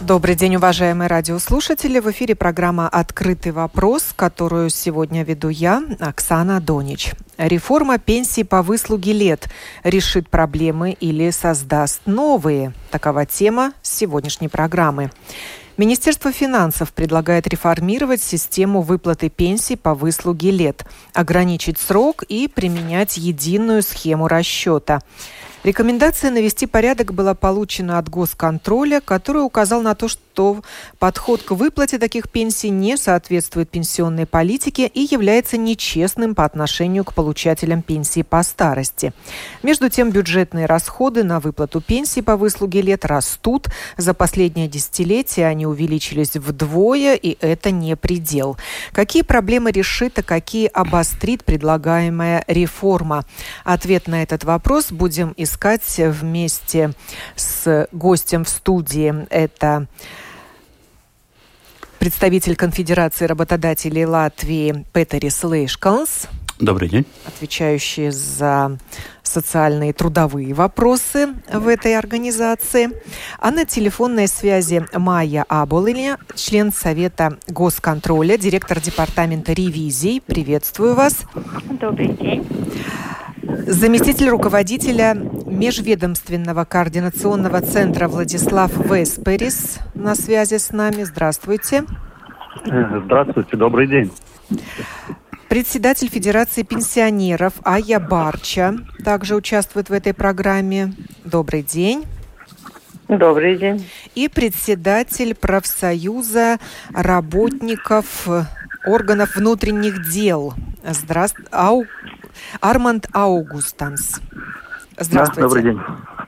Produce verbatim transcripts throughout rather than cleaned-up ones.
Добрый день, уважаемые радиослушатели. В эфире программа «Открытый вопрос», которую сегодня веду я, Оксана Донич. Реформа пенсий по выслуге лет решит проблемы или создаст новые? Такова тема сегодняшней программы. Министерство финансов предлагает реформировать систему выплаты пенсий по выслуге лет, ограничить срок и применять единую схему расчета. Рекомендация навести порядок была получена от Госконтроля, который указал на то, что подход к выплате таких пенсий не соответствует пенсионной политике и является нечестным по отношению к получателям пенсии по старости. Между тем, бюджетные расходы на выплату пенсий по выслуге лет растут. За последнее десятилетие они увеличились вдвое, и это не предел. Какие проблемы решит, а какие обострит предлагаемая реформа? Ответ на этот вопрос будем искать вместе с гостем в студии. Это представитель Конфедерации работодателей Латвии Петерис Лейшкалнс. Добрый день. Отвечающий за социальные и трудовые вопросы в этой организации. А на телефонной связи Майя Аболиня, член Совета Госконтроля, директор департамента ревизий. Приветствую вас. Добрый день. Заместитель руководителя Межведомственного координационного центра Владислав Весперис на связи с нами. Здравствуйте. Здравствуйте, добрый день. Председатель Федерации пенсионеров Айя Барча также участвует в этой программе. Добрый день. Добрый день. И председатель профсоюза работников органов внутренних дел. Здравствуйте. Ау... Арманд Аугустанс. Здравствуйте. Да, добрый день.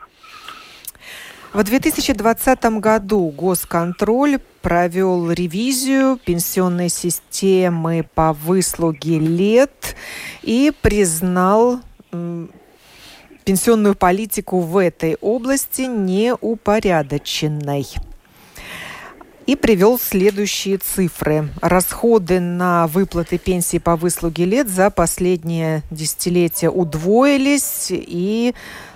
В две тысячи двадцатом году Госконтроль провел ревизию пенсионной системы по выслуге лет и признал м, пенсионную политику в этой области неупорядоченной. И привел следующие цифры. Расходы на выплаты пенсий по выслуге лет за последнее десятилетие удвоились и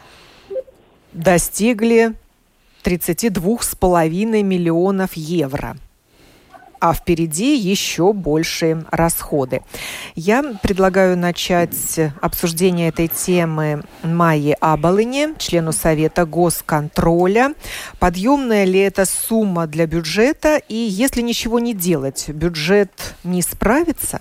достигли тридцать два с половиной миллионов евро. А впереди еще большие расходы. Я предлагаю начать обсуждение этой темы Майе Аболине, члену Совета Госконтроля. Подъемная ли это сумма для бюджета? И если ничего не делать, бюджет не справится?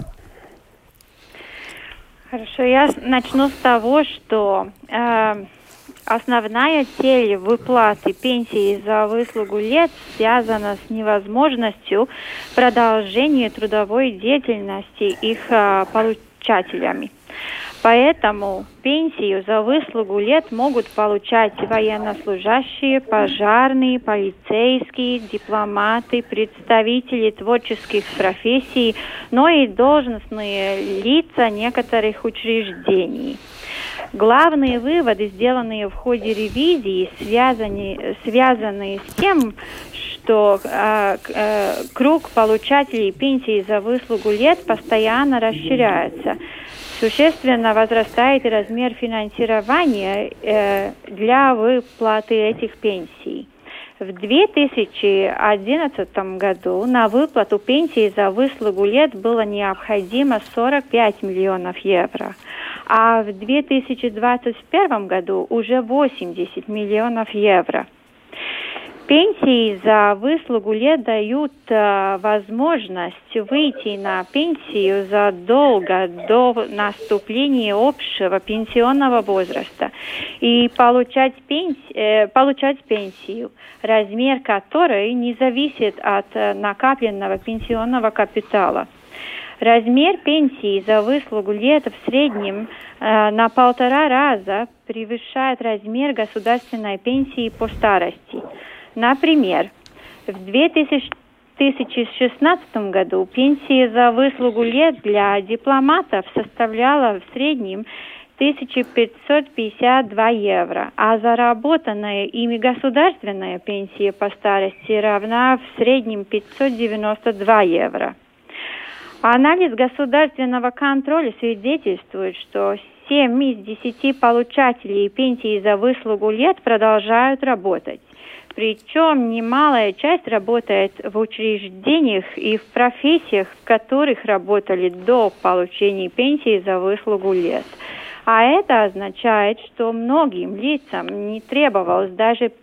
Хорошо, я начну с того, что э, основная цель выплаты пенсии за выслугу лет связана с невозможностью продолжения трудовой деятельности их э, получателями. Поэтому пенсию за выслугу лет могут получать военнослужащие, пожарные, полицейские, дипломаты, представители творческих профессий, но и должностные лица некоторых учреждений. Главные выводы, сделанные в ходе ревизии, связаны, связаны с тем, что э, э, круг получателей пенсии за выслугу лет постоянно расширяется. Существенно возрастает и размер финансирования э, для выплаты этих пенсий. В две тысячи одиннадцатом году на выплату пенсии за выслугу лет было необходимо сорок пять миллионов евро, а в две тысячи двадцать первом году уже восемьдесят миллионов евро. Пенсии за выслугу лет дают э, возможность выйти на пенсию задолго до наступления общего пенсионного возраста и получать, пенс... э, получать пенсию, размер которой не зависит от э, накопленного пенсионного капитала. Размер пенсии за выслугу лет в среднем э, на полтора раза превышает размер государственной пенсии по старости. Например, в две тысячи шестнадцатом году пенсия за выслугу лет для дипломатов составляла в среднем тысяча пятьсот пятьдесят два евро, а заработанная ими государственная пенсия по старости равна в среднем пятьсот девяносто два евро. Анализ государственного контроля свидетельствует, что семь из десяти получателей пенсии за выслугу лет продолжают работать. Причем немалая часть работает в учреждениях и в профессиях, в которых работали до получения пенсии за выслугу лет. А это означает, что многим лицам не требовалось даже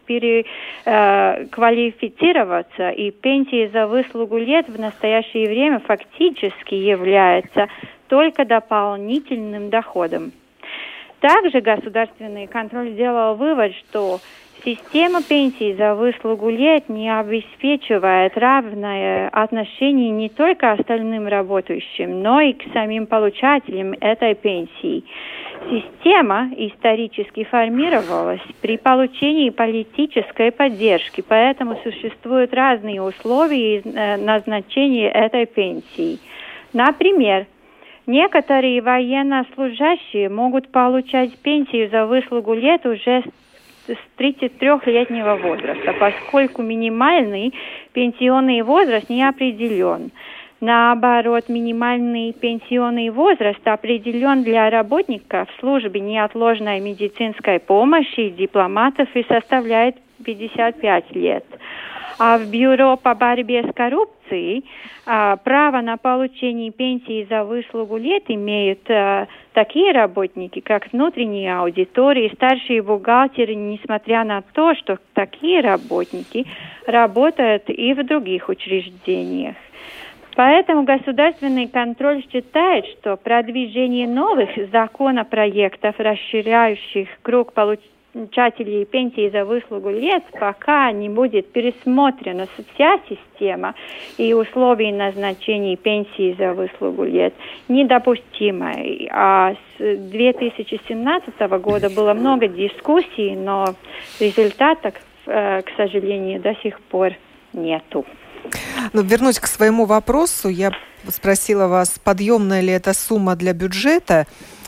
переквалифицироваться, э, и пенсия за выслугу лет в настоящее время фактически является только дополнительным доходом. Также государственный контроль сделал вывод, что система пенсии за выслугу лет не обеспечивает равное отношение не только остальным работающим, но и к самим получателям этой пенсии. Система исторически формировалась при получении политической поддержки, поэтому существуют разные условия назначения этой пенсии. Например, некоторые военнослужащие могут получать пенсию за выслугу лет уже с тридцатитрёхлетнего возраста, поскольку минимальный пенсионный возраст не определен. Наоборот, минимальный пенсионный возраст определен для работников службы неотложной медицинской помощи, дипломатов и составляет пятьдесят пять лет. А в Бюро по борьбе с коррупцией а, право на получение пенсии за выслугу лет имеют а, такие работники, как внутренние аудиторы, старшие бухгалтеры, несмотря на то, что такие работники работают и в других учреждениях. Поэтому государственный контроль считает, что продвижение новых законопроектов, расширяющих круг получателей пенсии за выслугу лет, пока не будет пересмотрена вся система и условия назначения пенсии за выслугу лет, недопустимо. А с две тысячи семнадцатого года было много дискуссий, но результатов, к сожалению, до сих пор нету. Ну, вернусь к своему вопросу. Я спросила вас, подъемная ли эта сумма для бюджета.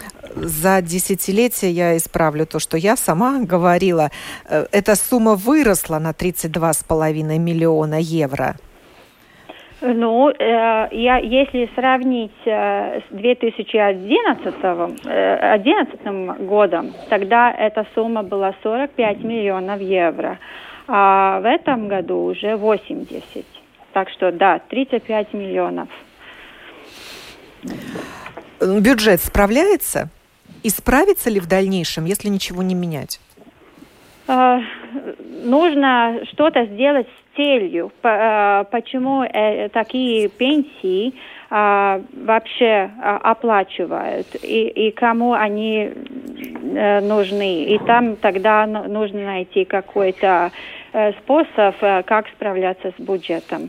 За десятилетие я исправлю то, что я сама говорила. Эта сумма выросла на тридцать два с половиной миллиона евро. Ну, э, я, если сравнить э, с две тысячи одиннадцатым годом, тогда эта сумма была сорок пять миллионов евро. А в этом году уже восемьдесят. Так что, да, тридцать пять миллионов. Бюджет справляется? И справится ли в дальнейшем, если ничего не менять? Э, нужно что-то сделать с целью. По, э, почему э, такие пенсии э, вообще э, оплачивают и, и кому они э, нужны. И там тогда нужно найти какой-то э, способ, э, как справляться с бюджетом.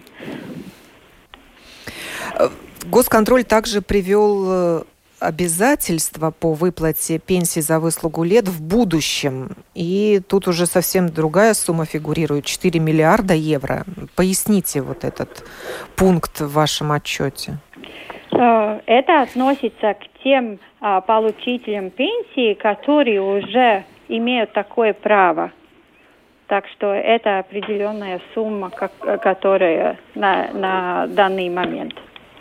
Госконтроль также привел обязательства по выплате пенсии за выслугу лет в будущем. И тут уже совсем другая сумма фигурирует – четыре миллиарда евро. Поясните вот этот пункт в вашем отчете. Это относится к тем а, получателям пенсии, которые уже имеют такое право. Так что это определенная сумма, как, которая на, на данный момент.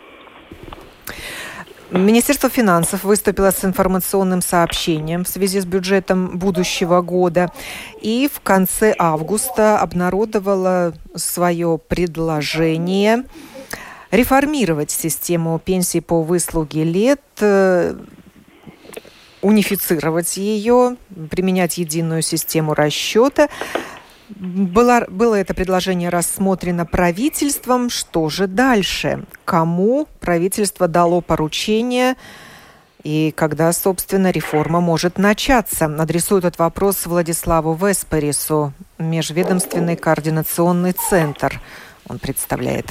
Министерство финансов выступило с информационным сообщением в связи с бюджетом будущего года и в конце августа обнародовало свое предложение реформировать систему пенсии по выслуге лет, унифицировать ее, применять единую систему расчета. Было, было это предложение рассмотрено правительством. Что же дальше? Кому правительство дало поручение и когда, собственно, реформа может начаться? Адресую этот вопрос Владиславу Весперису, Межведомственный координационный центр. Он представляет.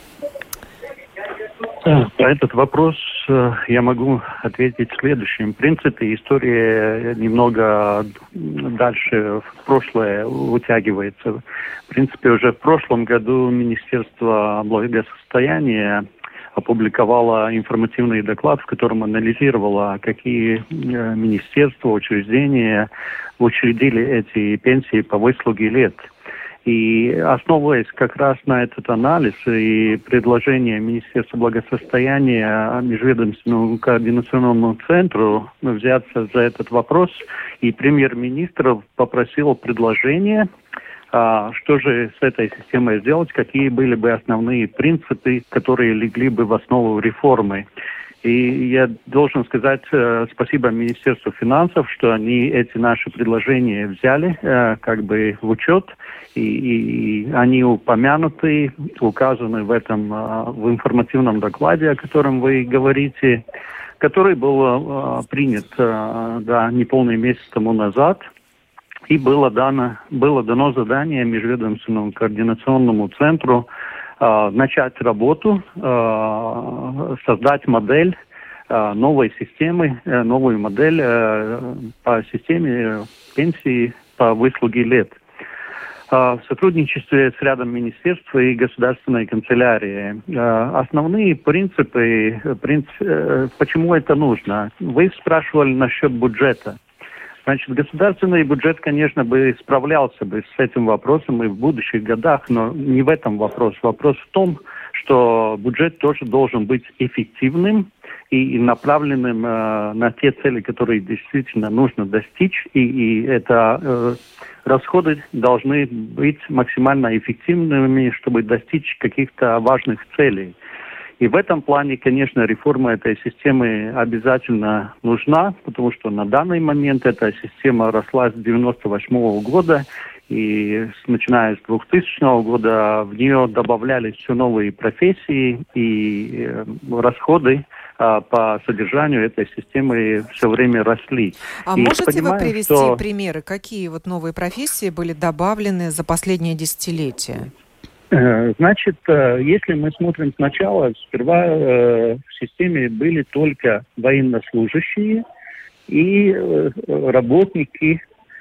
На этот вопрос я могу ответить следующим. В принципе, история немного дальше в прошлое утягивается. В принципе, уже в прошлом году Министерство благосостояния опубликовало информативный доклад, в котором анализировало, какие министерства, учреждения учредили эти пенсии по выслуге лет. И основываясь как раз на этот анализ и предложение Министерства благосостояния Межведомственному координационному центру взяться за этот вопрос, и премьер-министр попросил предложение Что же с этой системой сделать, какие были бы основные принципы, которые легли бы в основу реформы. И я должен сказать э, спасибо Министерству финансов, что они эти наши предложения взяли э, как бы в учет, и, и они упомянуты, указаны в этом э, в информативном докладе, о котором вы говорите, который был э, принят э, да, неполный месяц тому назад. И было дано, было дано задание Межведомственному координационному центру э, начать работу, э, создать модель э, новой системы, э, новую модель э, по системе пенсии по выслуге лет. Э, в сотрудничестве с рядом министерств и государственной канцелярии. Э, основные принципы, принцип, э, почему это нужно. Вы спрашивали насчет бюджета. Значит, государственный бюджет, конечно, бы справлялся бы с этим вопросом и в будущих годах, но не в этом вопрос. Вопрос в том, что бюджет тоже должен быть эффективным и направленным э, на те цели, которые действительно нужно достичь, и, и это э, расходы должны быть максимально эффективными, чтобы достичь каких-то важных целей. И в этом плане, конечно, реформа этой системы обязательно нужна, потому что на данный момент эта система росла с девяносто восьмого года, и начиная с двухтысячного года в нее добавлялись все новые профессии, и э, расходы э, по содержанию этой системы все время росли. А и можете понимаем, вы привести что... примеры, какие вот новые профессии были добавлены за последние десятилетия? Значит, если мы смотрим сначала, сперва в системе были только военнослужащие и работники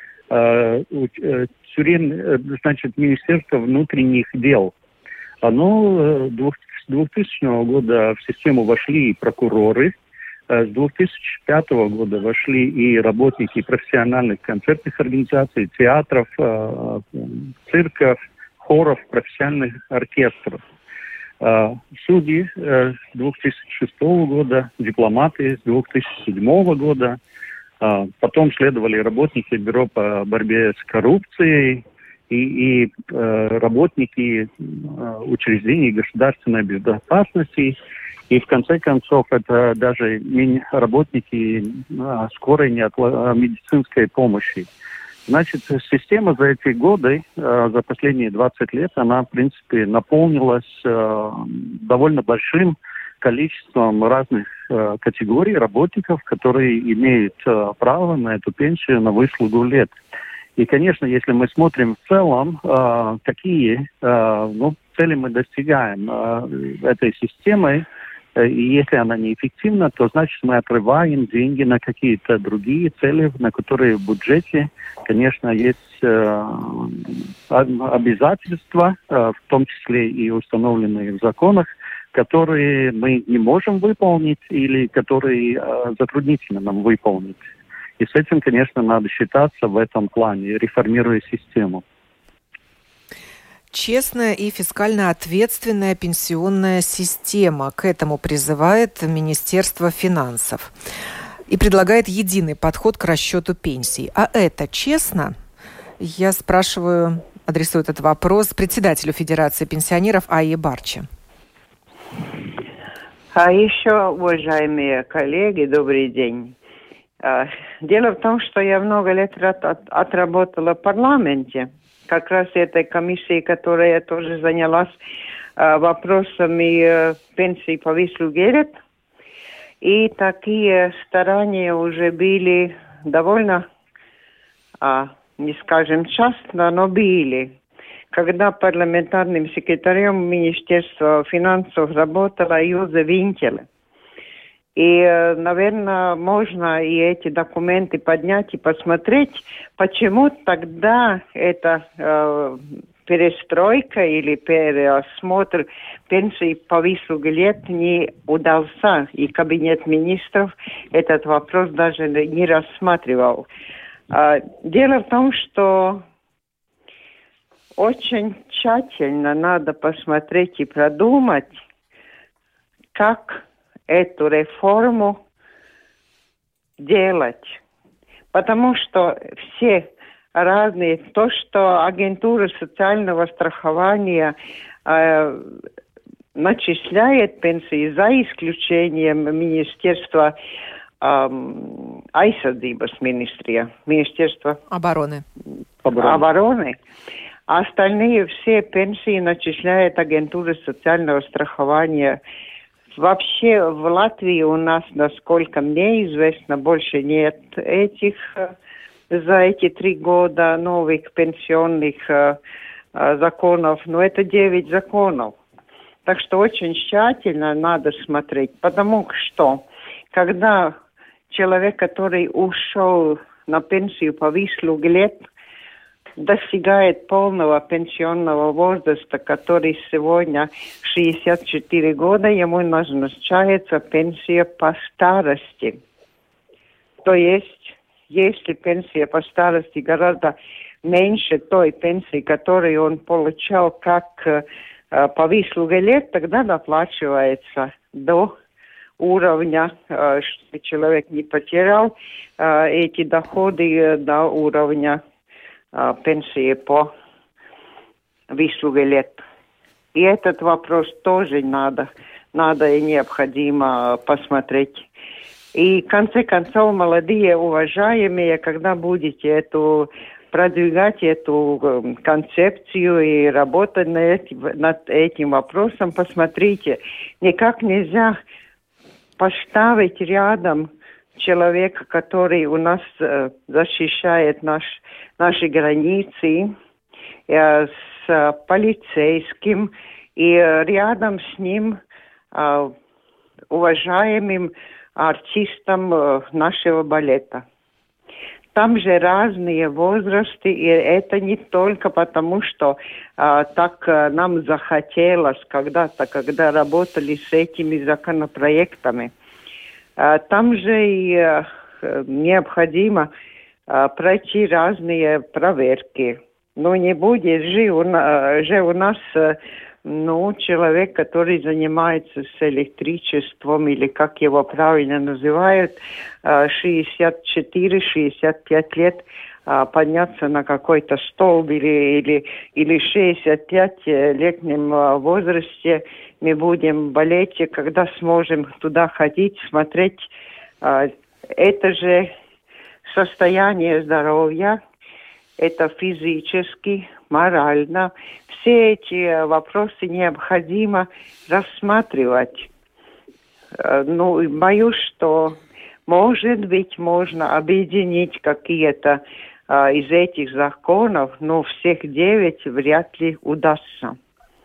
тюрем, значит, Министерства внутренних дел. Но с двухтысячного года в систему вошли и прокуроры, с две тысячи пятого года вошли и работники профессиональных концертных организаций, театров, цирков, хоров, профессиональных оркестров. Судьи с две тысячи шестого года, дипломаты с две тысячи седьмого года, потом следовали работники Бюро по борьбе с коррупцией и, и работники учреждений государственной безопасности. И в конце концов это даже работники скорой медицинской помощи. Значит, система за эти годы, за последние двадцать лет, она, в принципе, наполнилась довольно большим количеством разных категорий работников, которые имеют право на эту пенсию, на выслугу лет. И, конечно, если мы смотрим в целом, какие ну, цели мы достигаем этой системой, и если она неэффективна, то значит мы отрываем деньги на какие-то другие цели, на которые в бюджете, конечно, есть э, обязательства, э, в том числе и установленные в законах, которые мы не можем выполнить или которые э, затруднительно нам выполнить. И с этим, конечно, надо считаться в этом плане, реформируя систему. Честная и фискально ответственная пенсионная система. К этому призывает Министерство финансов. И предлагает единый подход к расчету пенсий. А это честно? Я спрашиваю, адресую этот вопрос председателю Федерации пенсионеров Айе Барчи. А еще, уважаемые коллеги, добрый день. Дело в том, что я много лет отработала в парламенте. Как раз этой комиссии, которая тоже занялась э, вопросами э, пенсии по выслуге лет. И такие старания уже были довольно, э, не скажем часто, но были. Когда парламентарным секретарем Министерства финансов работала Юза Винкеле. И, наверное, можно и эти документы поднять и посмотреть, почему тогда эта э, перестройка или переосмотр пенсии по выслуге лет не удался. И кабинет министров этот вопрос даже не рассматривал. Э, дело в том, что очень тщательно надо посмотреть и продумать, как эту реформу делать. Потому что все разные. То, что агентура социального страхования э, начисляет пенсии за исключением Министерства эм, aizsardzības министрия, Министерства обороны. обороны. обороны. А остальные все пенсии начисляет агентура социального страхования. Вообще в Латвии у нас, насколько мне известно, больше нет этих за эти три года новых пенсионных э, э, законов. Но это девять законов. Так что очень тщательно надо смотреть. Потому что, когда человек, который ушел на пенсию по выслуге лет, достигает полного пенсионного возраста, который сегодня шестьдесят четыре года, ему назначается пенсия по старости. То есть, если пенсия по старости гораздо меньше той пенсии, которую он получал как э, по выслуге лет, тогда доплачивается до уровня, э, чтобы человек не потерял э, эти доходы э, до уровня пенсии по выслуге лет. И этот вопрос тоже надо, надо и необходимо посмотреть. И в конце концов, молодые, уважаемые, когда будете эту, продвигать эту концепцию и работать над, над этим вопросом, посмотрите, никак нельзя поставить рядом человека, который у нас э, защищает наш, наши границы, э, с э, полицейским, и э, рядом с ним э, уважаемым артистом э, нашего балета. Там же разные возрасты, и это не только потому, что э, так э, нам захотелось когда-то, когда работали с этими законопроектами. Там же и э, необходимо э, пройти разные проверки. Но не будет же у, же у нас э, ну, человек, который занимается с электричеством, или как его правильно называют, э, шестьдесят четыре - шестьдесят пять лет, э, подняться на какой-то столб или, или, или шестьдесят пятилетнем э, возрасте мы будем болеть, когда сможем туда ходить, смотреть. Это же состояние здоровья, это физически, морально. Все эти вопросы необходимо рассматривать. Ну, боюсь, что, может быть, можно объединить какие-то из этих законов, но всех девять вряд ли удастся.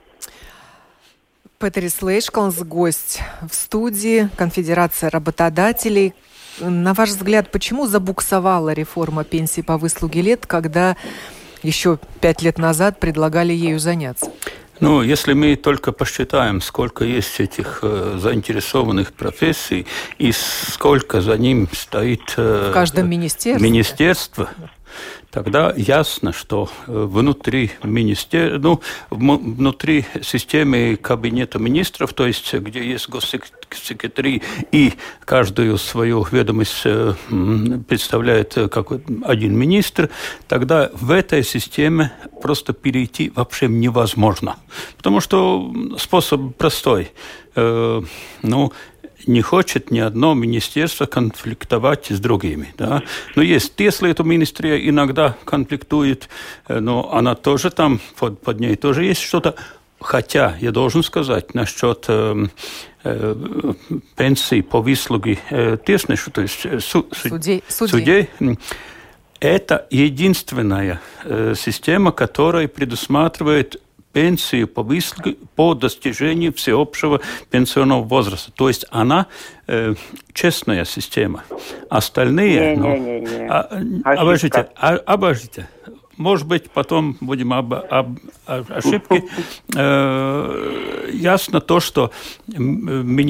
Петерис Лейшкалнс, гость в студии, Конфедерация работодателей. На ваш взгляд, почему забуксовала реформа пенсии по выслуге лет, когда еще пять лет назад предлагали ею заняться? Ну, если мы только посчитаем, сколько есть этих э, заинтересованных профессий и сколько за ним стоит э, в каждом министерстве, министерство, тогда ясно, что внутри министер... ну, внутри системы кабинета министров, то есть где есть госсекретари и каждую свою ведомость представляет как один министр, тогда в этой системе просто перейти вообще невозможно. Потому что способ простой. Э, ну, не хочет ни одно министерство конфликтовать с другими. Да? Но есть, если эта министрия иногда конфликтует, но она тоже там, под, под ней тоже есть что-то. Хотя, я должен сказать, насчет э, э, пенсии по выслуге э, теснышу, то есть э, су, судей, судей, судей, это единственная э, система, которая предусматривает пенсию по выслуге по достижению всеобщего пенсионного возраста. То есть она э, честная система. Остальные... Не, ну, не, не, не. А, обождите, а, обождите. Может быть, потом будем об, об, об ошибке. Э, ясно то, что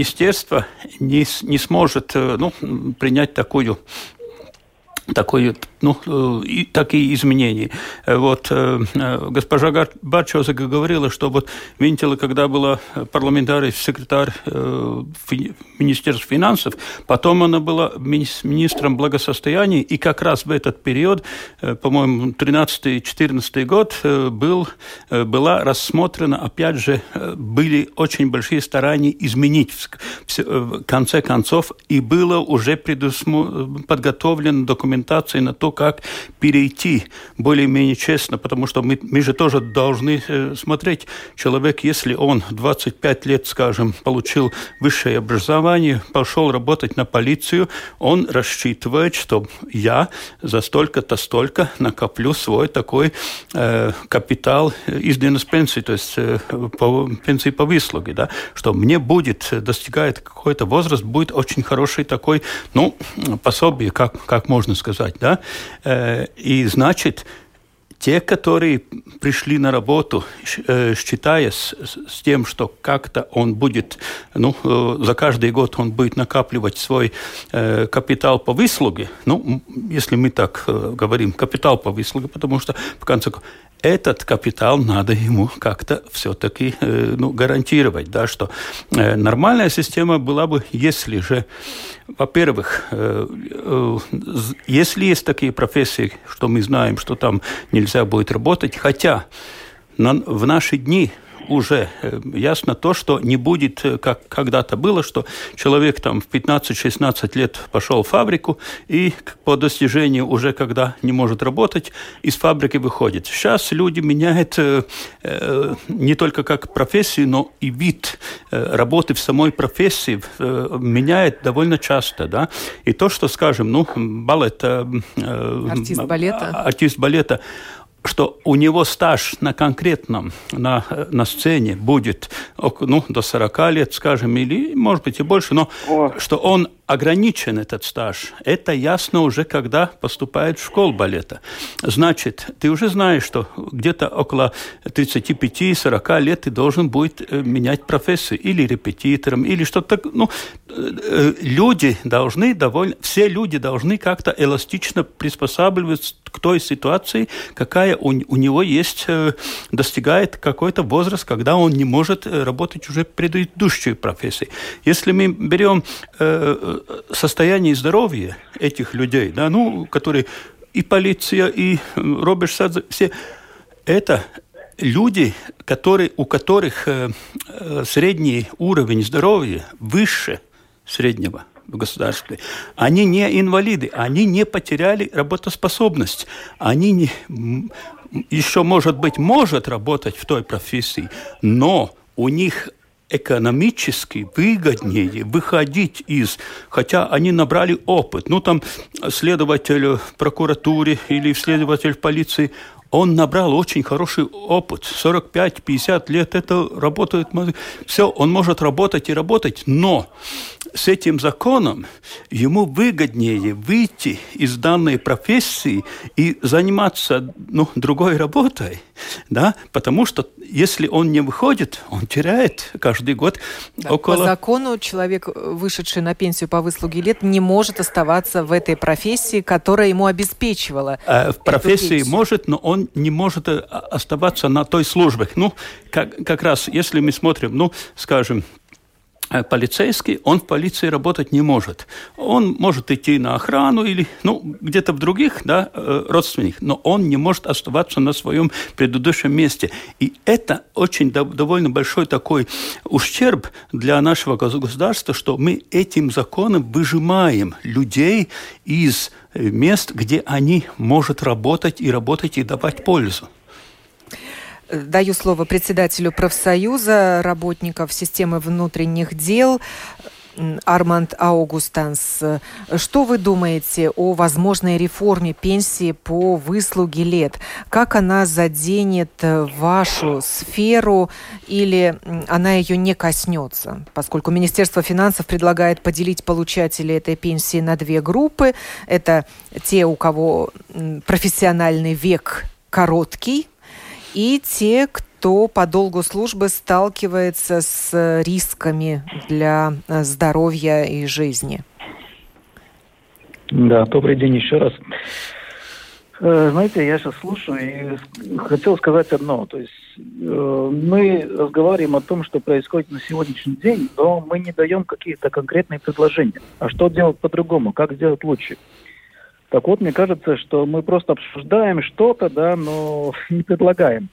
министерство не, не сможет ну, принять такую, такую ну, и такие изменения. Вот госпожа Барчоза говорила, что вот, видите ли, когда была парламентарий, секретарь Министерства финансов, потом она была министром благосостояния, и как раз в этот период, по-моему, тринадцатый-четырнадцатый год, был, была рассмотрена, опять же, были очень большие старания изменить в конце концов, и было уже предусмо... подготовлена документация на то, как перейти более-менее честно, потому что мы, мы же тоже должны э, смотреть. Человек, если он двадцать пять лет, скажем, получил высшее образование, пошел работать на полицию, он рассчитывает, что я за столько-то столько накоплю свой такой э, капитал из пенсии, то есть э, по, пенсии по выслуге, да, что мне будет, достигает какой-то возраст, будет очень хороший такой, ну, пособие, как, как можно сказать, да. И, значит, те, которые пришли на работу, считая с, с тем, что как-то он будет, ну, за каждый год он будет накапливать свой э, капитал по выслуге, ну, если мы так э, говорим, капитал по выслуге, потому что, в конце концов, этот капитал надо ему как-то все-таки э, ну, гарантировать, да, что э, нормальная система была бы, если же, во-первых, э, э, если есть такие профессии, что мы знаем, что там нельзя будет работать, хотя на, в наши дни уже ясно то, что не будет, как когда-то было, что человек там в пятнадцать-шестнадцать лет пошел в фабрику и по достижению уже, когда не может работать, из фабрики выходит. Сейчас люди меняют э, э, не только как профессию, но и вид э, работы в самой профессии э, меняет довольно часто, да. И то, что, скажем, ну, балет... Э, артист балета. Артист балета, что у него стаж на конкретном, на, на сцене будет, ну, до сорока лет, скажем, или, может быть, и больше, но О. что он ограничен, этот стаж, это ясно уже, когда поступает в школу балета. Значит, ты уже знаешь, что где-то около тридцати пяти - сорока лет ты должен будет менять профессию, или репетитором, или что-то. Ну, люди должны довольно, все люди должны как-то эластично приспосабливаться к той ситуации, какая у, у него есть, достигает какой-то возраст, когда он не может работать уже в предыдущей профессии. Если мы берем э, состояние здоровья этих людей, да, ну, которые и полиция, и Роберт Садзе, все это люди, которые, у которых э, средний уровень здоровья выше среднего в государстве. Они не инвалиды, они не потеряли работоспособность. Они не, еще, может быть, может работать в той профессии, но у них экономически выгоднее выходить из... Хотя они набрали опыт. Ну, там, следователь в прокуратуре или следователь в полиции, он набрал очень хороший опыт. сорок пять - пятьдесят лет это работает. Все, он может работать и работать, но с этим законом ему выгоднее выйти из данной профессии и заниматься, ну, другой работой, да, потому что если он не выходит, он теряет каждый год да, около... По закону человек, вышедший на пенсию по выслуге лет, не может оставаться в этой профессии, которая ему обеспечивала. А в профессии может, но он не может оставаться на той службе. Ну, как, как раз, если мы смотрим, ну, скажем, полицейский, он в полиции работать не может. Он может идти на охрану или, ну, где-то в других, да, родственниках, но он не может оставаться на своем предыдущем месте. И это очень довольно большой такой ущерб для нашего государства, что мы этим законом выжимаем людей из мест, где они могут работать и работать и давать пользу. Даю слово председателю профсоюза работников системы внутренних дел Арманд Аугустанс. Что вы думаете о возможной реформе пенсии по выслуге лет? Как она заденет вашу сферу или она ее не коснется? Поскольку Министерство финансов предлагает поделить получателей этой пенсии на две группы. Это те, у кого профессиональный век короткий, и те, кто по долгу службы сталкивается с рисками для здоровья и жизни. Да, добрый день еще раз. Знаете, я сейчас слушаю и хотел сказать одно. То есть э, мы разговариваем о том, что происходит на сегодняшний день, но мы не даем какие-то конкретные предложения. А что делать по-другому? Как сделать лучше? Так вот, мне кажется, что мы просто обсуждаем что-то, да, но не предлагаем.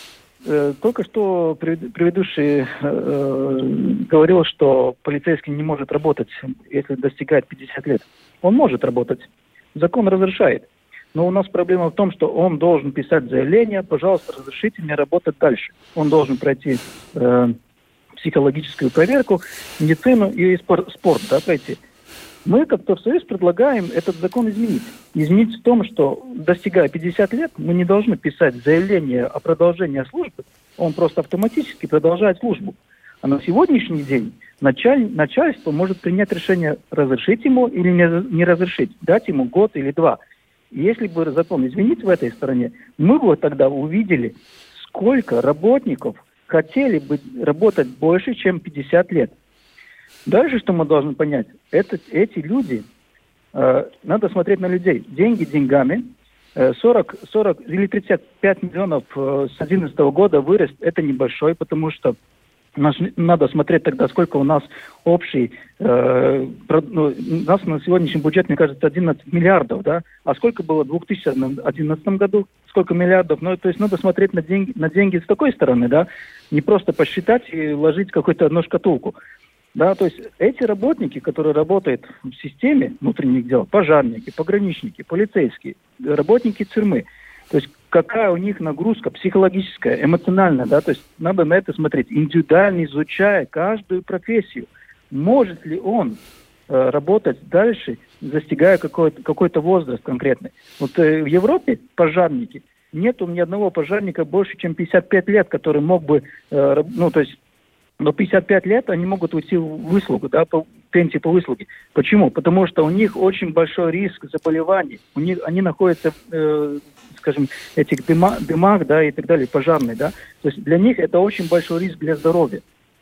Э, только что предыдущий э, говорил, что полицейский не может работать, если достигает пятьдесят лет. Он может работать. Закон разрешает. Но у нас проблема в том, что он должен писать заявление, пожалуйста, разрешите мне работать дальше. Он должен пройти э, психологическую проверку, медицину и спорт, спорт да, пройти. Мы, как профсоюз, предлагаем этот закон изменить. Изменить в том, что, достигая пятидесяти лет, мы не должны писать заявление о продолжении службы, он просто автоматически продолжает службу. А на сегодняшний день началь, начальство может принять решение, разрешить ему или не, не разрешить, дать ему год или два. Если бы закон изменить в этой стороне, мы бы тогда увидели, сколько работников хотели бы работать больше, чем пятьдесят лет. Дальше, что мы должны понять, это, эти люди, э, надо смотреть на людей. Деньги деньгами. Э, сорок, сорок или тридцать пять миллионов э, с две тысячи одиннадцатого года вырост, это небольшой, потому что Наш, надо смотреть тогда, сколько у нас общий, э, про, ну, у нас на сегодняшний бюджет, мне кажется, одиннадцать миллиардов, да, а сколько было в две тысячи одиннадцатом году, сколько миллиардов, ну, то есть надо смотреть на деньги, на деньги с такой стороны, да, не просто посчитать и вложить в какую-то одну шкатулку, да, то есть эти работники, которые работают в системе внутренних дел, пожарники, пограничники, полицейские, работники тюрьмы, то есть какая у них нагрузка психологическая, эмоциональная, да, то есть надо на это смотреть, индивидуально изучая каждую профессию. Может ли он э, работать дальше, достигая какой-то, какой-то возраст конкретный. Вот э, в Европе пожарники, нету ни одного пожарника больше, чем пятьдесят пять лет, который мог бы, э, ну, то есть до пятидесяти пяти лет они могут уйти в выслугу, да, по пенсии по выслуге. Почему? Потому что у них очень большой риск заболеваний. У них, они находятся, э, скажем, этих дыма, дымах, да, и так далее, пожарные, да. То есть для них это очень большой риск для здоровья.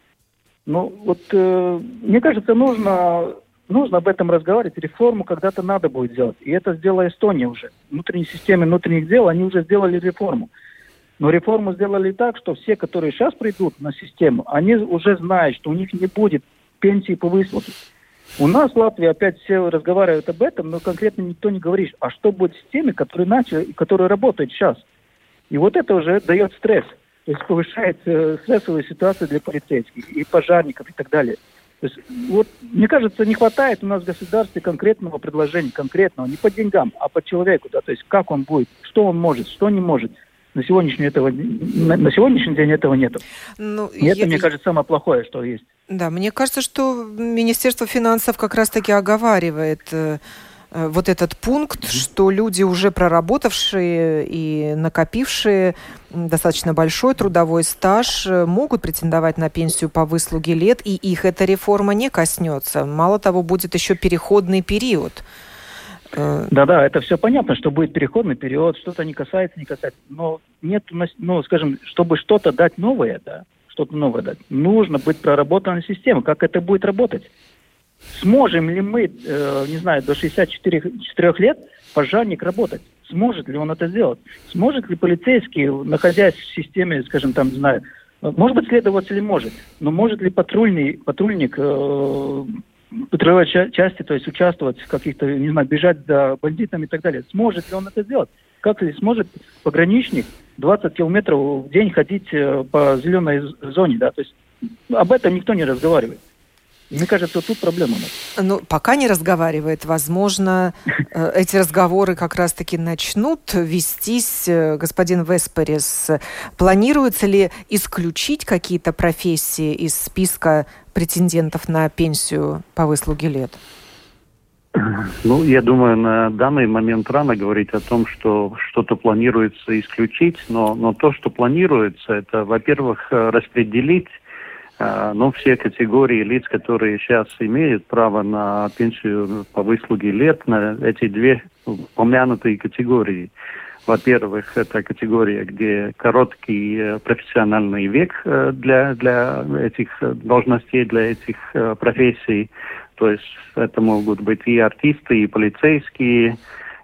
Ну, вот, э, мне кажется, нужно, нужно об этом разговаривать. Реформу когда-то надо будет делать. И это сделала Эстония уже. В внутренней системе внутренних дел они уже сделали реформу. Но реформу сделали так, что все, которые сейчас придут на систему, они уже знают, что у них не будет пенсии по выслуге. У нас в Латвии опять все разговаривают об этом, но конкретно никто не говорит, а что будет с теми, которые начали и которые работают сейчас. И вот это уже дает стресс. То есть повышает э, стрессовую ситуацию для полицейских и пожарников и так далее. То есть, вот, мне кажется, не хватает у нас в государстве конкретного предложения, конкретного, не по деньгам, а по человеку, да, то есть как он будет, что он может, что не может. На сегодняшний, этого, на, на сегодняшний день этого нету. Ну, и это, я, мне кажется, самое плохое, что есть. Да, мне кажется, что Министерство финансов как раз-таки оговаривает э, э, вот этот пункт, mm-hmm. что люди, уже проработавшие и накопившие достаточно большой трудовой стаж, могут претендовать на пенсию по выслуге лет, и их эта реформа не коснется. Мало того, будет еще переходный период. Да-да, это все понятно, что будет переходный период, что-то не касается, не касается. Но нет, ну, скажем, чтобы что-то дать новое, да, что-то новое дать, нужно быть проработанной системой, как это будет работать. Сможем ли мы, э, не знаю, до шестидесяти четырёх лет пожарник работать? Сможет ли он это сделать? Сможет ли полицейский, находясь в системе, скажем, там, не знаю, может быть, следователь может, но может ли патрульный, патрульник э, патрульной части, то есть участвовать в каких-то, не знаю, бежать за бандитами и так далее. Сможет ли он это сделать? Как ли сможет пограничник двадцать километров в день ходить по зеленой зоне, да? То есть об этом никто не разговаривает. Мне кажется, тут проблема у нас. Ну, пока не разговаривает. Возможно, эти разговоры как раз-таки начнут вестись. Господин Весперес, планируется ли исключить какие-то профессии из списка претендентов на пенсию по выслуге лет? Ну, я думаю, на данный момент рано говорить о том, что что-то планируется исключить, но, но то, что планируется, это, во-первых, распределить но все категории лиц, которые сейчас имеют право на пенсию по выслуге лет, на эти две упомянутые категории. Во-первых, это категория, где короткий профессиональный век для, для этих должностей, для этих профессий. То есть это могут быть и артисты, и полицейские,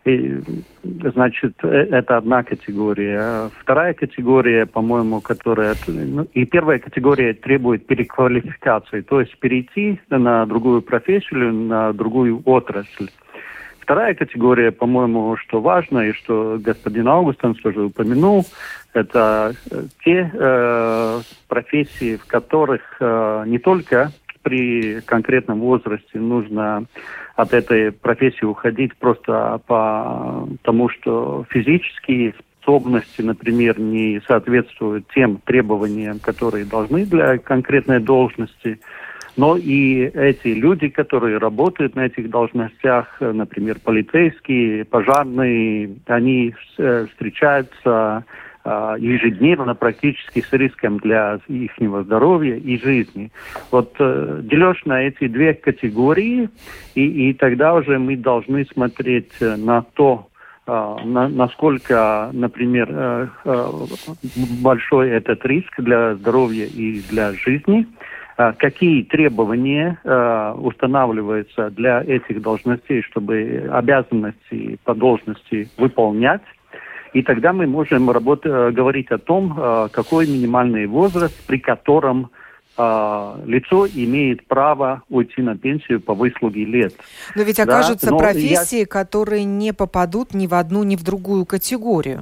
И, значит, это одна категория. Вторая категория, по-моему, которая... Ну, и первая категория требует переквалификации, то есть перейти на другую профессию, на другую отрасль. Вторая категория, по-моему, что важно, и что господин Аугустин тоже упомянул, это те э, профессии, в которых э, не только при конкретном возрасте нужно от этой профессии уходить просто по тому, что физические способности, например, не соответствуют тем требованиям, которые должны для конкретной должности, но и эти люди, которые работают на этих должностях, например, полицейские, пожарные, они встречаются ежедневно практически с риском для их здоровья и жизни. Вот э, делешь на эти две категории, и, и тогда уже мы должны смотреть на то, э, на, насколько, например, э, э, большой этот риск для здоровья и для жизни, э, какие требования э, устанавливаются для этих должностей, чтобы обязанности по должности выполнять. И тогда мы можем работать, говорить о том, какой минимальный возраст, при котором э, лицо имеет право уйти на пенсию по выслуге лет. Но ведь окажутся да? профессии, я... которые не попадут ни в одну, ни в другую категорию.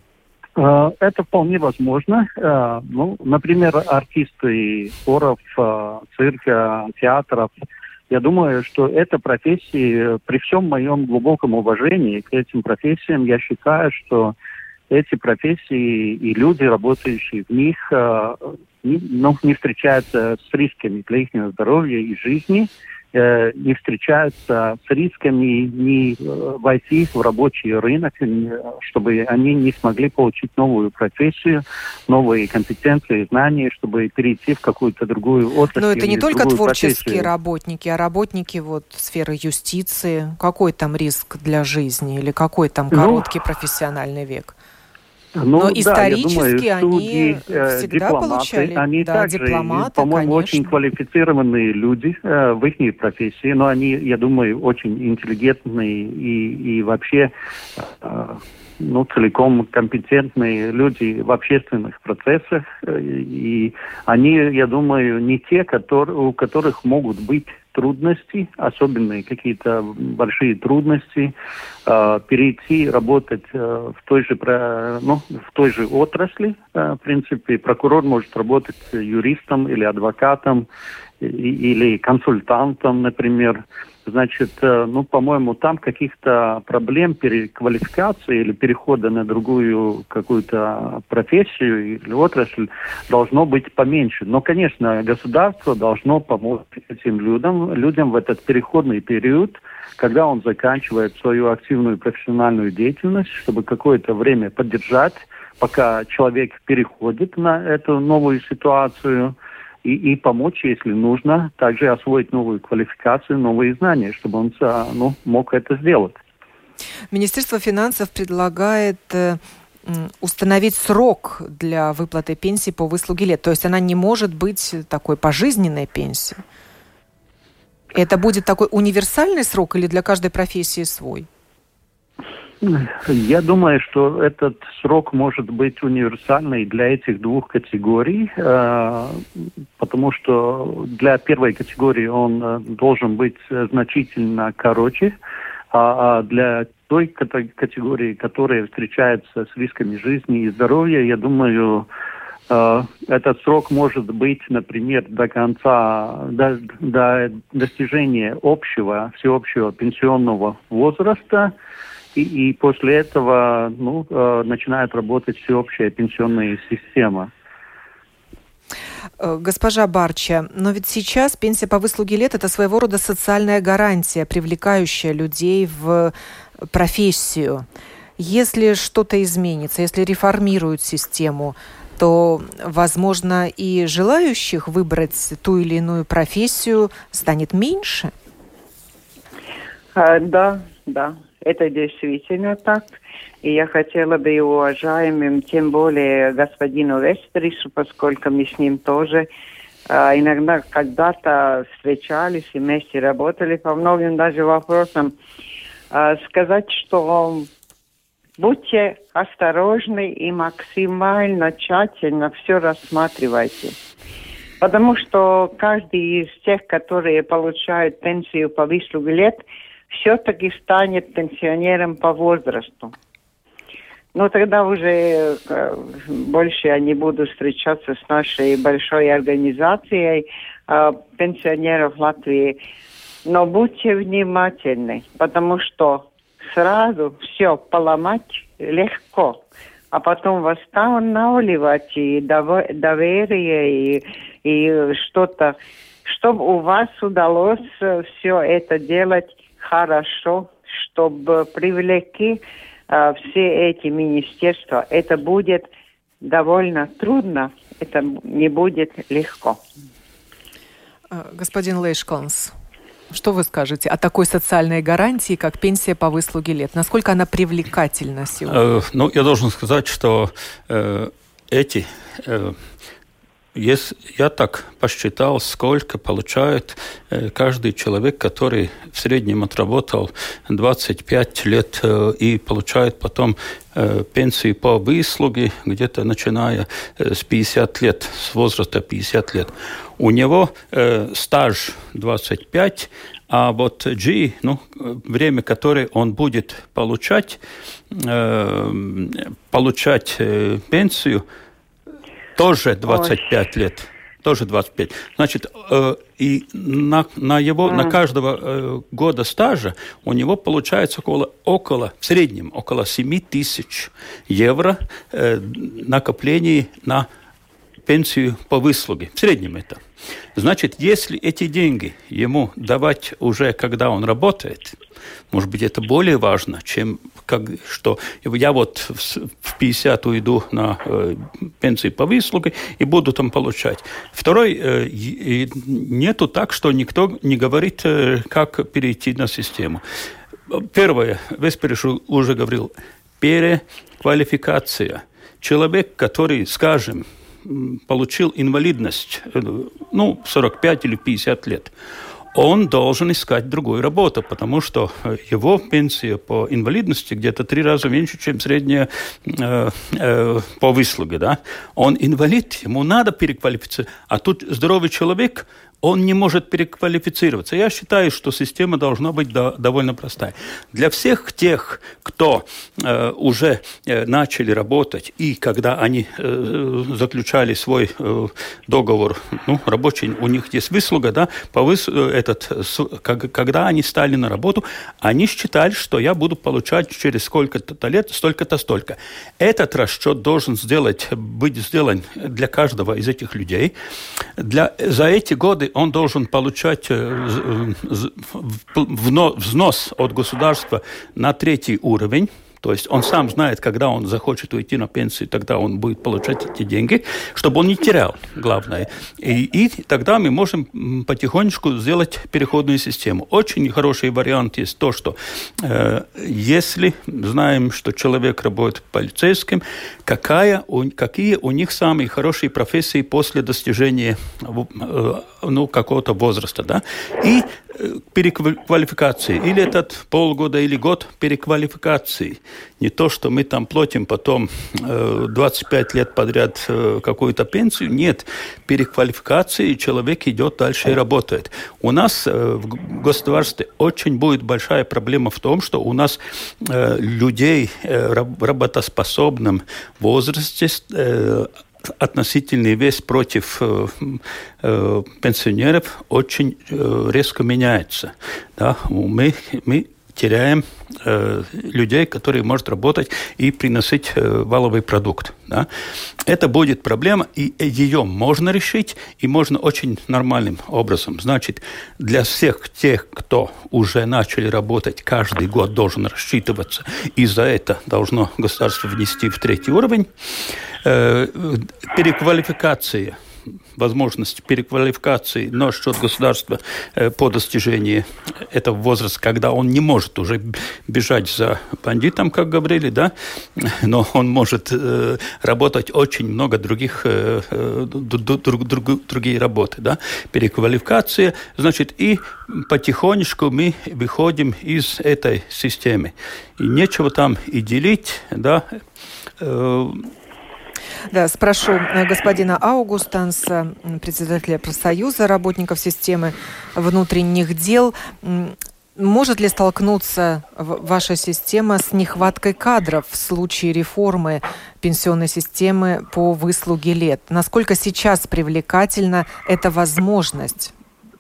Э, это вполне возможно. Э, ну, например, артисты хоров, э, цирка, театров. Я думаю, что это профессии, при всем моем глубоком уважении к этим профессиям, я считаю, что эти профессии и люди, работающие в них, э, не, ну, не встречаются с рисками для их здоровья и жизни, э, не встречаются с рисками не э, войти в рабочий рынок, чтобы они не смогли получить новую профессию, новые компетенции, знания, чтобы перейти в какую-то другую отрасль. Но это не только творческие профессию. работники, а работники вот сферы юстиции. Какой там риск для жизни или какой там короткий ну, профессиональный век? Ну, Но да, исторически я думаю, судьи, они всегда получали. Они да, также, дипломаты, по-моему, конечно. очень квалифицированные люди э, в их профессии, но они, я думаю, очень интеллигентные и, и вообще э, ну, целиком компетентные люди в общественных процессах. И они, я думаю, не те, которые, у которых могут быть трудности, особенные какие-то большие трудности, э, перейти работать э, в той же, ну, в той же отрасли. Э, в принципе, прокурор может работать юристом или адвокатом, и, или консультантом, например. Значит, э, ну, по-моему, там каких-то проблем переквалификации или перехода на другую какую-то профессию или отрасль должно быть поменьше. Но, конечно, государство должно помочь этим людям, людям в этот переходный период, когда он заканчивает свою активную профессиональную деятельность, чтобы какое-то время поддержать, пока человек переходит на эту новую ситуацию, И, и помочь, если нужно, также освоить новую квалификацию, новые знания, чтобы он ну, мог это сделать. Министерство финансов предлагает э, установить срок для выплаты пенсии по выслуге лет. То есть она не может быть такой пожизненной пенсией. Это будет такой универсальный срок или для каждой профессии свой? Я думаю, что этот срок может быть универсальный для этих двух категорий, э, потому что для первой категории он э, должен быть значительно короче, а для той категории, которая встречается с рисками жизни и здоровья, я думаю, э, этот срок может быть, например, до конца, до, до достижения общего, всеобщего пенсионного возраста. И, и после этого ну, э, начинает работать всеобщая пенсионная система. Госпожа Барча, но ведь сейчас пенсия по выслуге лет – это своего рода социальная гарантия, привлекающая людей в профессию. Если что-то изменится, если реформируют систему, то, возможно, и желающих выбрать ту или иную профессию станет меньше? А, да, да. Это действительно так. И я хотела бы уважаемым, тем более господину Вестерису, поскольку мы с ним тоже а, иногда когда-то встречались и вместе работали по многим даже вопросам. э, сказать, что будьте осторожны и максимально тщательно все рассматривайте. Потому что каждый из тех, которые получают пенсию по выслуге лет, все-таки станет пенсионером по возрасту. Но тогда уже э, больше я не буду встречаться с нашей большой организацией э, пенсионеров Латвии. Но будьте внимательны, потому что сразу все поломать легко, а потом восстанавливать и доверие, и, и что-то, чтобы у вас удалось все это делать хорошо, чтобы привлекли э, все эти министерства. Это будет довольно трудно, это не будет легко. Господин Лейшкалнс, что вы скажете о такой социальной гарантии, как пенсия по выслуге лет? Насколько она привлекательна сегодня? Э, ну, я должен сказать, что э, эти... Э, Если я так посчитал, сколько получает э, каждый человек, который в среднем отработал двадцать пять лет э, и получает потом э, пенсию по выслуге, где-то начиная э, с пятидесяти лет, с возраста пятидесяти лет. У него э, стаж двадцать пять, а вот G, ну, время, которое он будет получать, э, получать э, пенсию, тоже двадцать пять Ой. лет, тоже двадцать пять. Значит, э, и на, на его, mm. на каждого э, года стажа у него получается около, около, в среднем, около семь тысяч евро э, накоплений на пенсию по выслуге. В среднем это. Значит, если эти деньги ему давать уже, когда он работает, может быть, это более важно, чем как, что я вот в пятьдесят уйду на э, пенсию по выслуге и буду там получать. Второй, э, и нету так, что никто не говорит, э, как перейти на систему. Первое, Веспериш уже говорил, переквалификация. Человек, который, скажем, получил инвалидность, ну, сорок пять или пятьдесят лет, он должен искать другую работу, потому что его пенсия по инвалидности где-то три раза меньше, чем средняя э, э, по выслуге. Да? Он инвалид, ему надо переквалифицироваться, а тут здоровый человек, он не может переквалифицироваться. Я считаю, что система должна быть до, довольно простая. Для всех тех, кто э, уже э, начали работать, и когда они э, заключали свой э, договор, ну, рабочий, у них есть выслуга, да, по выс, этот, с, как, когда они стали на работу, они считали, что я буду получать через сколько-то лет столько-то, столько. Этот расчет должен сделать, быть сделан для каждого из этих людей. Для, за эти годы он должен получать взнос от государства на третий уровень. То есть он сам знает, когда он захочет уйти на пенсию, тогда он будет получать эти деньги, чтобы он не терял, главное. И, и тогда мы можем потихонечку сделать переходную систему. Очень хороший вариант есть то, что э, если знаем, что человек работает полицейским, какая у, какие у них самые хорошие профессии после достижения э, ну, какого-то возраста. Да? И переквалификации. Или этот полгода, или год переквалификации. Не то, что мы там платим потом э, двадцать пять лет подряд э, какую-то пенсию. Нет. Переквалификации, и человек идет дальше и работает. У нас э, в государстве очень будет большая проблема в том, что у нас э, людей э, работоспособном возрасте э, относительный вес против э, э, пенсионеров очень э, резко меняется. Да? Мы, мы теряем э, людей, которые могут работать и приносить э, валовый продукт. Да? Это будет проблема, и ее можно решить, и можно очень нормальным образом. Значит, для всех тех, кто уже начали работать, каждый год должен рассчитываться, и за это должно государство внести в третий уровень. Э, переквалификация. возможность переквалификации на счет государства по достижении этого возраста, когда он не может уже бежать за бандитом, как говорили, да, но он может работать очень много других друг, друг, другие работы, да, переквалификация, значит, и потихонечку мы выходим из этой системы. И нечего там и делить, да. Да, спрошу господина Аугустанса, председателя профсоюза работников системы внутренних дел. Может ли столкнуться ваша система с нехваткой кадров в случае реформы пенсионной системы по выслуге лет? Насколько сейчас привлекательна эта возможность?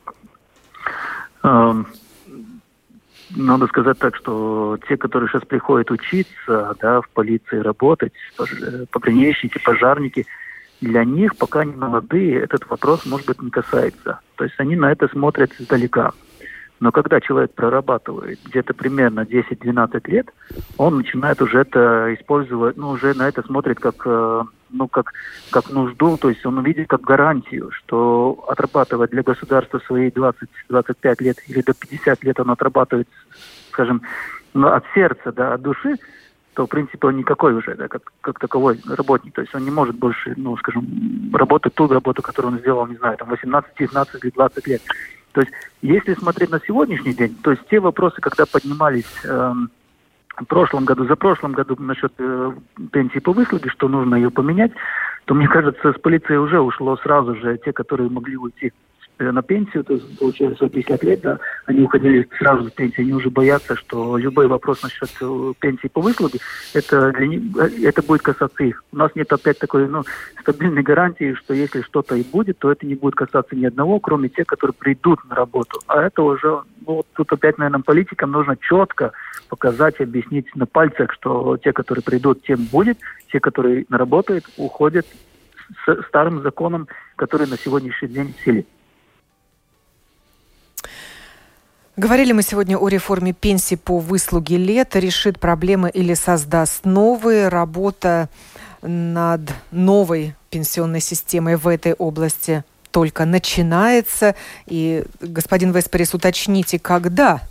Надо сказать так, что те, которые сейчас приходят учиться, да, в полиции работать, пограничники, пожарники, для них, пока они молодые, этот вопрос, может быть, не касается. То есть они на это смотрят издалека. Но когда человек прорабатывает где-то примерно десять-двенадцать лет, он начинает уже это использовать, ну, уже на это смотрит как, ну, как, как нужду, то есть он видит как гарантию, что отрабатывать для государства свои двадцать-двадцать пять лет или до пятьдесят лет он отрабатывает, скажем, ну, от сердца, да, от души, то, в принципе, он никакой уже, да, как, как таковой работник. То есть он не может больше, ну, скажем, работать ту работу, которую он сделал, не знаю, там, восемнадцать, девятнадцать или двадцать лет. То есть, если смотреть на сегодняшний день, то есть те вопросы, когда поднимались э, в прошлом году, за прошлым году насчет э, пенсии по выслуге, что нужно ее поменять, то, мне кажется, с полиции уже ушло сразу же те, которые могли уйти на пенсию, то есть, получается, пятьдесят лет, да, они уходили сразу в пенсию, они уже боятся, что любой вопрос насчет пенсии по выслуге, это, для них, это будет касаться их. У нас нет опять такой, ну, стабильной гарантии, что если что-то и будет, то это не будет касаться ни одного, кроме тех, которые придут на работу. А это уже, ну, тут опять, наверное, политикам нужно четко показать, объяснить на пальцах, что те, которые придут, тем будет, те, которые наработают, уходят с старым законом, который на сегодняшний день в силе. Говорили мы сегодня о реформе пенсий по выслуге лет. Решит проблемы или создаст новые. Работа над новой пенсионной системой в этой области только начинается. И, господин Весперис, уточните, когда?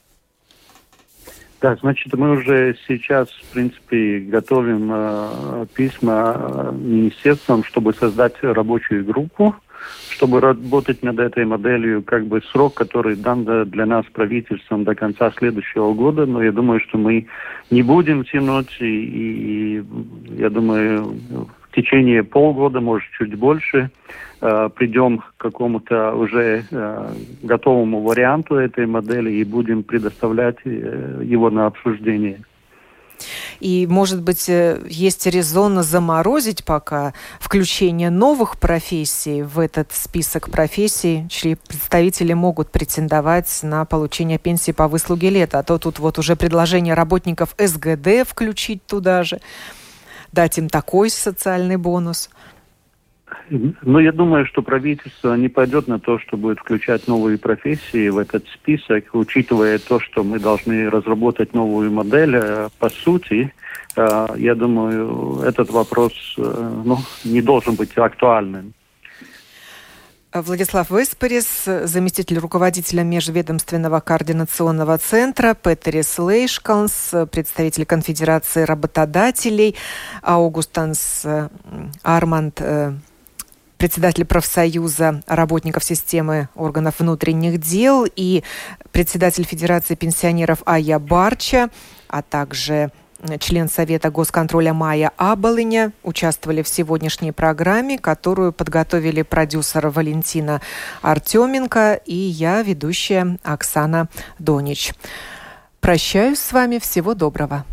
Да, значит, мы уже сейчас, в принципе, готовим э, письма министерствам, чтобы создать рабочую группу, чтобы работать над этой моделью, как бы срок, который дан для нас правительством до конца следующего года. Но я думаю, что мы не будем тянуть, и, и я думаю, в течение полгода, может, чуть больше, э, придем к какому-то уже э, готовому варианту этой модели и будем предоставлять э, его на обсуждение. И, может быть, есть резон заморозить пока включение новых профессий в этот список профессий, чьи представители могут претендовать на получение пенсии по выслуге лет. А то тут вот уже предложение работников эс гэ дэ включить туда же, дать им такой социальный бонус. Ну, я думаю, что правительство не пойдет на то, что будет включать новые профессии в этот список, учитывая то, что мы должны разработать новую модель. По сути, я думаю, этот вопрос, ну, не должен быть актуальным. Владислав Весперис, заместитель руководителя Межведомственного координационного центра, Петерис Лейшкалнс, представитель Конфедерации работодателей, Аугустанс Арманд, председатель профсоюза работников системы органов внутренних дел, и председатель Федерации пенсионеров Ая Барча, а также член Совета госконтроля Майя Абалыня участвовали в сегодняшней программе, которую подготовили продюсер Валентина Артеменко и я, ведущая Оксана Донич. Прощаюсь с вами. Всего доброго.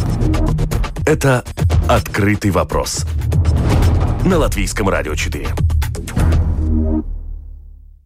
Это «Открытый вопрос» на Латвийском радио четыре.